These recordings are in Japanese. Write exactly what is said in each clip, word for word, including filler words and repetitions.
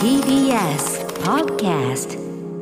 ティービーエス Podcast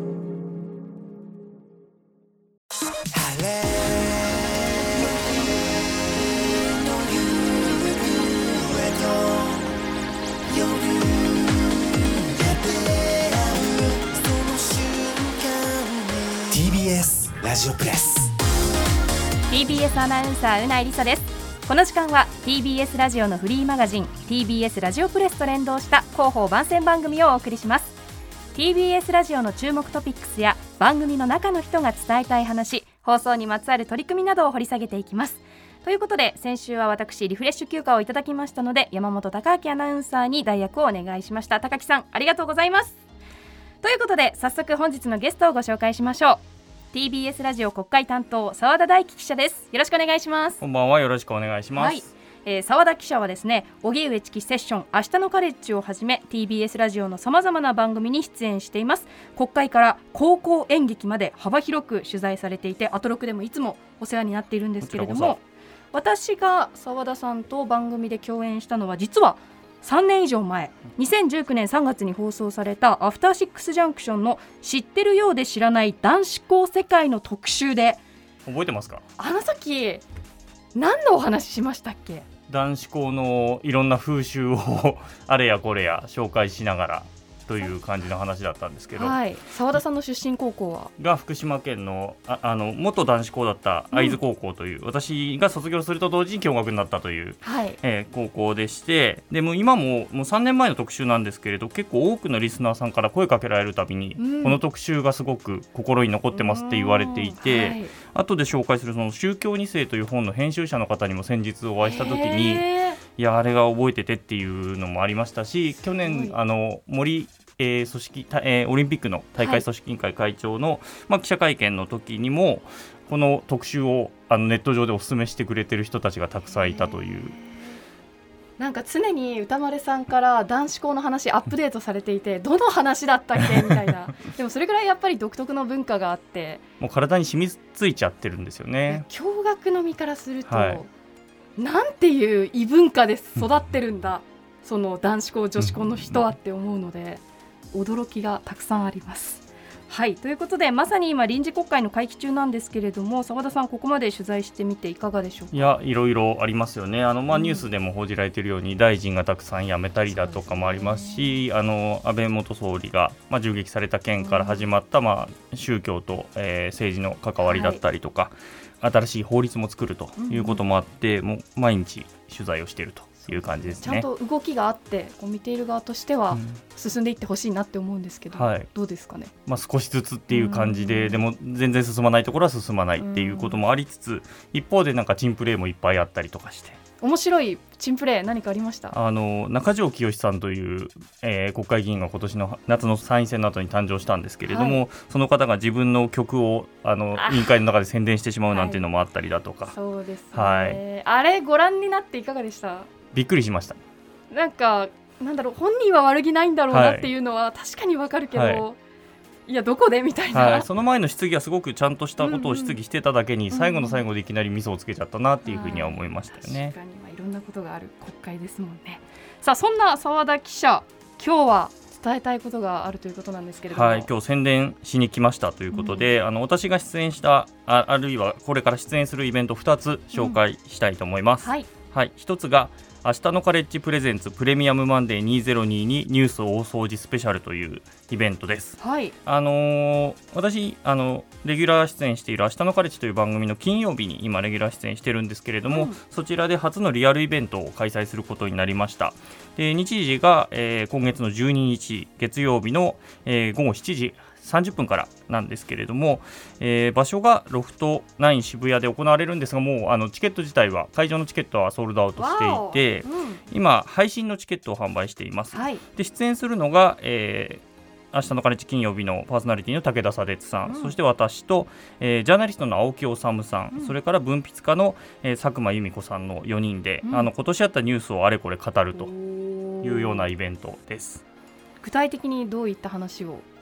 ティービーエス ラジオプレスティービーエス アナウンサーうないりさです。この時間は ティービーエス ラジオのフリーマガジン ティービーエス ラジオプレスと連動した広報番宣番組をお送りします。 ティービーエス ラジオの注目トピックスや番組の中の人が伝えたい話、放送にまつわる取り組みなどを掘り下げていきます。ということで先週は私リフレッシュ休暇をいただきましたので、山本貴明アナウンサーに代役をお願いしました。貴明さんありがとうございます。ということで早速本日のゲストをご紹介しましょう。ティービーエス ラジオ国会担当澤田大樹記者です。よろしくお願いします。 こんばんは、よろしくお願いします。 はい、えー、澤田記者はですね、荻上チキセッション、明日のカレッジをはじめ ティービーエス ラジオのさまざまな番組に出演しています。国会から高校演劇まで幅広く取材されていて、アトロクでもいつもお世話になっているんですけれども、私が澤田さんと番組で共演したのは実はさんねん以上前、にせんじゅうきゅうねんさんがつに放送されたアフターシックスジャンクションの知ってるようで知らない男子校世界の特集で、 覚えてますか？ あの時何のお話しましたっけ？ 男子校のいろんな風習をあれやこれや紹介しながらという感じの話だったんですけど、 はい、澤田さんの出身高校はが福島県の あ, あの元男子校だった会津高校という、うん、私が卒業すると同時に共学になったという、はい、えー、高校でして、でも今ももうさんねんまえの特集なんですけれど、結構多くのリスナーさんから声かけられるたびに、うん、この特集がすごく心に残ってますって言われていて、はい、後で紹介するその宗教に世という本の編集者の方にも先日お会いした時に、いやあれが覚えててっていうのもありましたし、去年あの森えー組織えー、オリンピックの大会組織委員会会長の、はい、まあ、記者会見の時にもこの特集をあのネット上でお勧めしてくれてる人たちがたくさんいたという。 なんか常に歌丸さんから男子校の話アップデートされていて、どの話だったっけみたいなでもそれぐらいやっぱり独特の文化があって、 もう体に染みついちゃってるんですよね。 共学の身からすると、はい、 なんていう異文化で育ってるんだその男子校女子校の人はって思うので、驚きがたくさんあります。はい、ということでまさに今臨時国会の会期中なんですけれども、澤田さんここまで取材してみていかがでしょうか？ いや、いろいろありますよね。あの、まあ、ニュースでも報じられているように、うん、大臣がたくさん辞めたりだとかもありますし、あの安倍元総理が、まあ、銃撃された件から始まった、うん、まあ、宗教と、えー、政治の関わりだったりとか、はい、新しい法律も作るということもあって、うん、もう毎日取材をしているという感じですね。 ちゃんと動きがあって、こう見ている側としては進んでいってほしいなって思うんですけど、 はい、 どうですかね？ まあ、少しずつっていう感じで、うん、でも全然進まないところは進まないっていうこともありつつ、うん、一方でなんか珍プレーもいっぱいあったりとかして、 面白い珍プレー何かありました？ あの中条きよしさんという、えー、国会議員が今年の夏の参院選の後に誕生したんですけれども、はい、その方が自分の曲をあの委員会の中で宣伝してしまうなんていうのもあったりだとか、 はい、そうですね、 はい、 あれご覧になっていかがでした？ びっくりしました。 なんかなんだろう、本人は悪気ないんだろうなっていうのは確かにわかるけど、はい、いやどこでみたいな、 はい、その前の質疑はすごくちゃんとしたことを質疑してただけに、うんうん、最後の最後でいきなりミスをつけちゃったなっていうふうには思いましたよね。 確かに、まあ、いろんなことがある国会ですもんね。さあ、そんな澤田記者、今日は伝えたいことがあるということなんですけれども、 はい、今日宣伝しに来ましたということで、うん、あの私が出演した あ, あるいはこれから出演するイベントふたつ紹介したいと思います、うん、はいはい、ひとつが明日のカレッジプレゼンツプレミアムマンデーにせんにじゅうにニュース大掃除スペシャルというイベントです、はい、あのー、私あのレギュラー出演している明日のカレッジという番組の金曜日に今レギュラー出演してるんですけれども、うん、そちらで初のリアルイベントを開催することになりました。で、日時が、えー、今月のじゅうににち月曜日の、えー、ごごしちじさんじゅっぷんからなんですけれども、えー、場所がロフトナイン渋谷で行われるんですが、もうあのチケット自体は会場のチケットはソールドアウトしていて、うん、今配信のチケットを販売しています、はい、で出演するのが、えー、明日のカレッジ金曜日のパーソナリティの武田砂鉄さん、うん、そして私と、えー、ジャーナリストの青木治さん、うん、それから文筆家の、えー、佐久間由美子さんのよにんで、うん、あの今年あったニュースをあれこれ語るというようなイベントです。 具体的にどういった話を？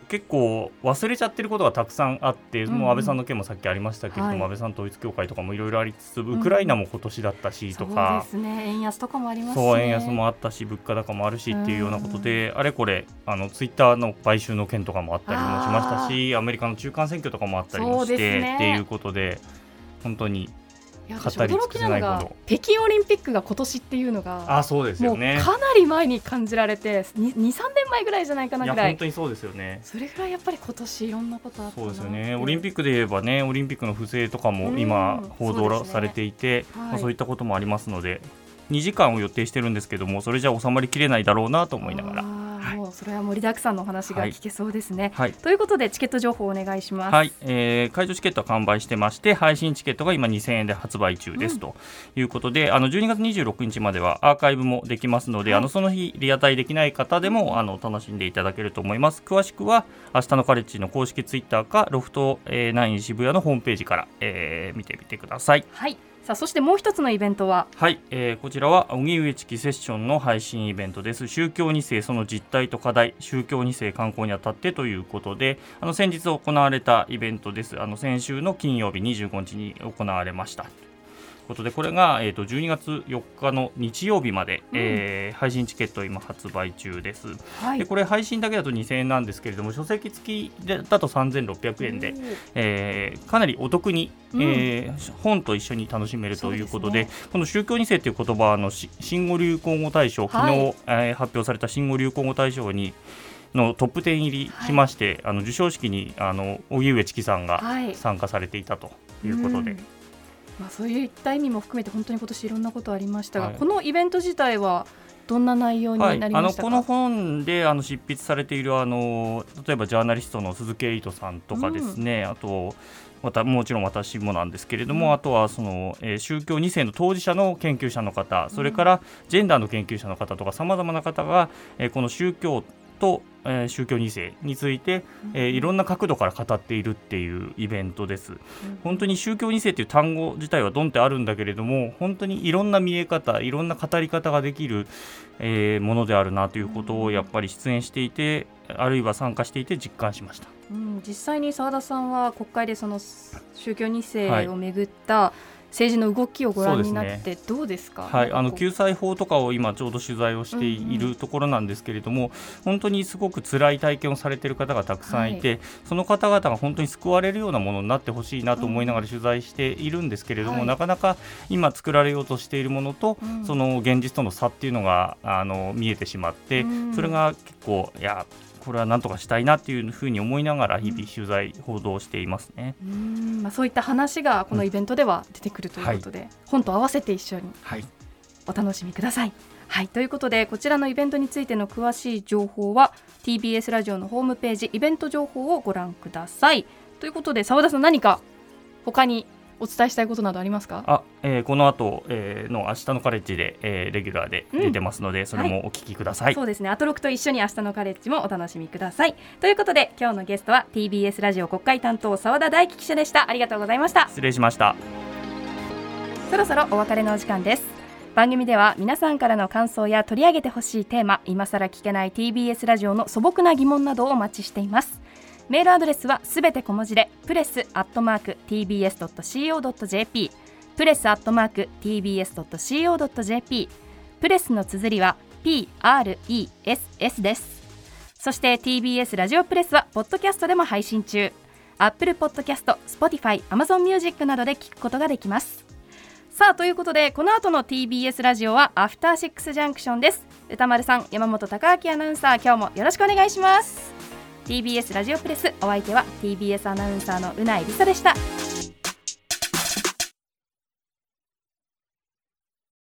結構忘れちゃってることがたくさんあって、うんうん、もう安倍さんの件もさっきありましたけれども、はい、安倍さん統一教会とかもいろいろありつつ、ウクライナも今年だったしとか、 そうですね、円安とかもありますし、ね、 そう円安もあったし物価高もあるしっていうようなことで、あれこれあのツイッターの買収の件とかもあったりもしましたし、アメリカの中間選挙とかもあったりもして、ね、っていうことで本当にいや私驚きなのが北京オリンピックが今年っていうのがあそうですよ、ね、 もうかなり前に感じられて にさんねんまえぐらいじゃないかなぐらい。 いや本当にそうですよね。 それぐらいやっぱり今年いろんなことあったな。 そうですよね。オリンピックで言えばね、オリンピックの不正とかも今報道されていて、そう、ねはいまあ、そういったこともありますので、にじかんを予定してるんですけども、それじゃ収まりきれないだろうなと思いながら、 もうそれは盛りだくさんのお話が聞けそうですね、 はいはい、 ということでチケット情報お願いします。 はい、えー、会場チケットは完売してまして、配信チケットが今にせんえんで発売中です、うん、ということで、あのじゅうにがつにじゅうろくにちまではアーカイブもできますので、はい、あのその日リアタイできない方でもあの楽しんでいただけると思います。詳しくは明日のカレッジの公式ツイッターかロフトナイン渋谷のホームページから、えー、見てみてください。 はい。さあそしてもう一つのイベントは、 はい、えー、こちらは荻上チキセッションの配信イベントです。宗教に世その実態と課題、宗教に世観光にあたってということで、あの先日行われたイベントです。あの先週の金曜日にじゅうごにちに行われましたということで、これが、えー、とじゅうにがつよっかの日曜日まで、うんえー、配信チケット今発売中です、はい、でこれ配信だけだとにせんえんなんですけれども、書籍付きだとさんぜんろっぴゃくえんで、えー、かなりお得に、うんえー、本と一緒に楽しめるということで、で、ね、この宗教に世という言葉の新語・流行語大賞、昨日、はいえー、発表された新語・流行語大賞にのトップじゅう入りしまして、はい、あの授賞式にあの荻上チキさんが参加されていたということで、はいうんまあ、そういった意味も含めて本当に今年いろんなことありましたが、はい、このイベント自体はどんな内容になりましたか。 はい、あのこの本であの執筆されているあの例えばジャーナリストの鈴木エイトさんとかですね、うん、あとまたもちろん私もなんですけれども、うん、あとはその、えー、宗教に世の当事者の研究者の方、それからジェンダーの研究者の方とかさまざまな方が、えー、この宗教と、えー、宗教に世について、えー、いろんな角度から語っているっていうイベントです、うん、本当に宗教に世っていう単語自体はドンってあるんだけれども、本当にいろんな見え方、いろんな語り方ができる、えー、ものであるなということをやっぱり出演していて、あるいは参加していて実感しました、 うん、実際に澤田さんは国会でその宗教に世をめぐった、はい政治の動きをご覧になってどうですか。 はい、あの救済法とかを今ちょうど取材をしているところなんですけれども、うんうん、本当にすごく辛い体験をされている方がたくさんいて、はい、その方々が本当に救われるようなものになってほしいなと思いながら取材しているんですけれども、うん、なかなか今作られようとしているものと、うん、その現実との差っていうのがあの見えてしまって、うん、それが結構いやこれは何とかしたいなっていうふうに思いながら日々取材、うん、報道していますね。 うーん、まあ、そういった話がこのイベントでは出てくるということで、うんはい、本と合わせて一緒にお楽しみください、はいはい、ということでこちらのイベントについての詳しい情報は ティービーエス ラジオのホームページイベント情報をご覧ください。ということで澤田さん、何か他にお伝えしたいことなどありますか。 あ、えー、この後、えー、の明日のカレッジで、えー、レギュラーで出てますので、うん、それもお聞きください、はい、 そうですね、アトロクと一緒に明日のカレッジもお楽しみください。ということで今日のゲストは ティービーエス ラジオ国会担当澤田大樹記者でした。ありがとうございました。 失礼しました。 そろそろお別れのお時間です。番組では皆さんからの感想や取り上げてほしいテーマ、今更聞けない ティービーエス ラジオの素朴な疑問などをお待ちしています。メールアドレスはすべて小文字でプレスアットマーク ティービーエスドットシーオードットジェーピー プレスアットマーク ティービーエスドットシーオードットジェーピー プレスの綴りは ピーアールイーエスエス です。そして ティービーエス ラジオプレスはポッドキャストでも配信中。 Apple Podcast、Spotify、Amazon Music などで聞くことができます。さあということでこの後の ティービーエス ラジオはアフターシックスジャンクションです。歌丸さん、山本貴明アナウンサー、今日もよろしくお願いします。ティービーエス ラジオプレス、お相手は ティービーエス アナウンサーのうないりさでした。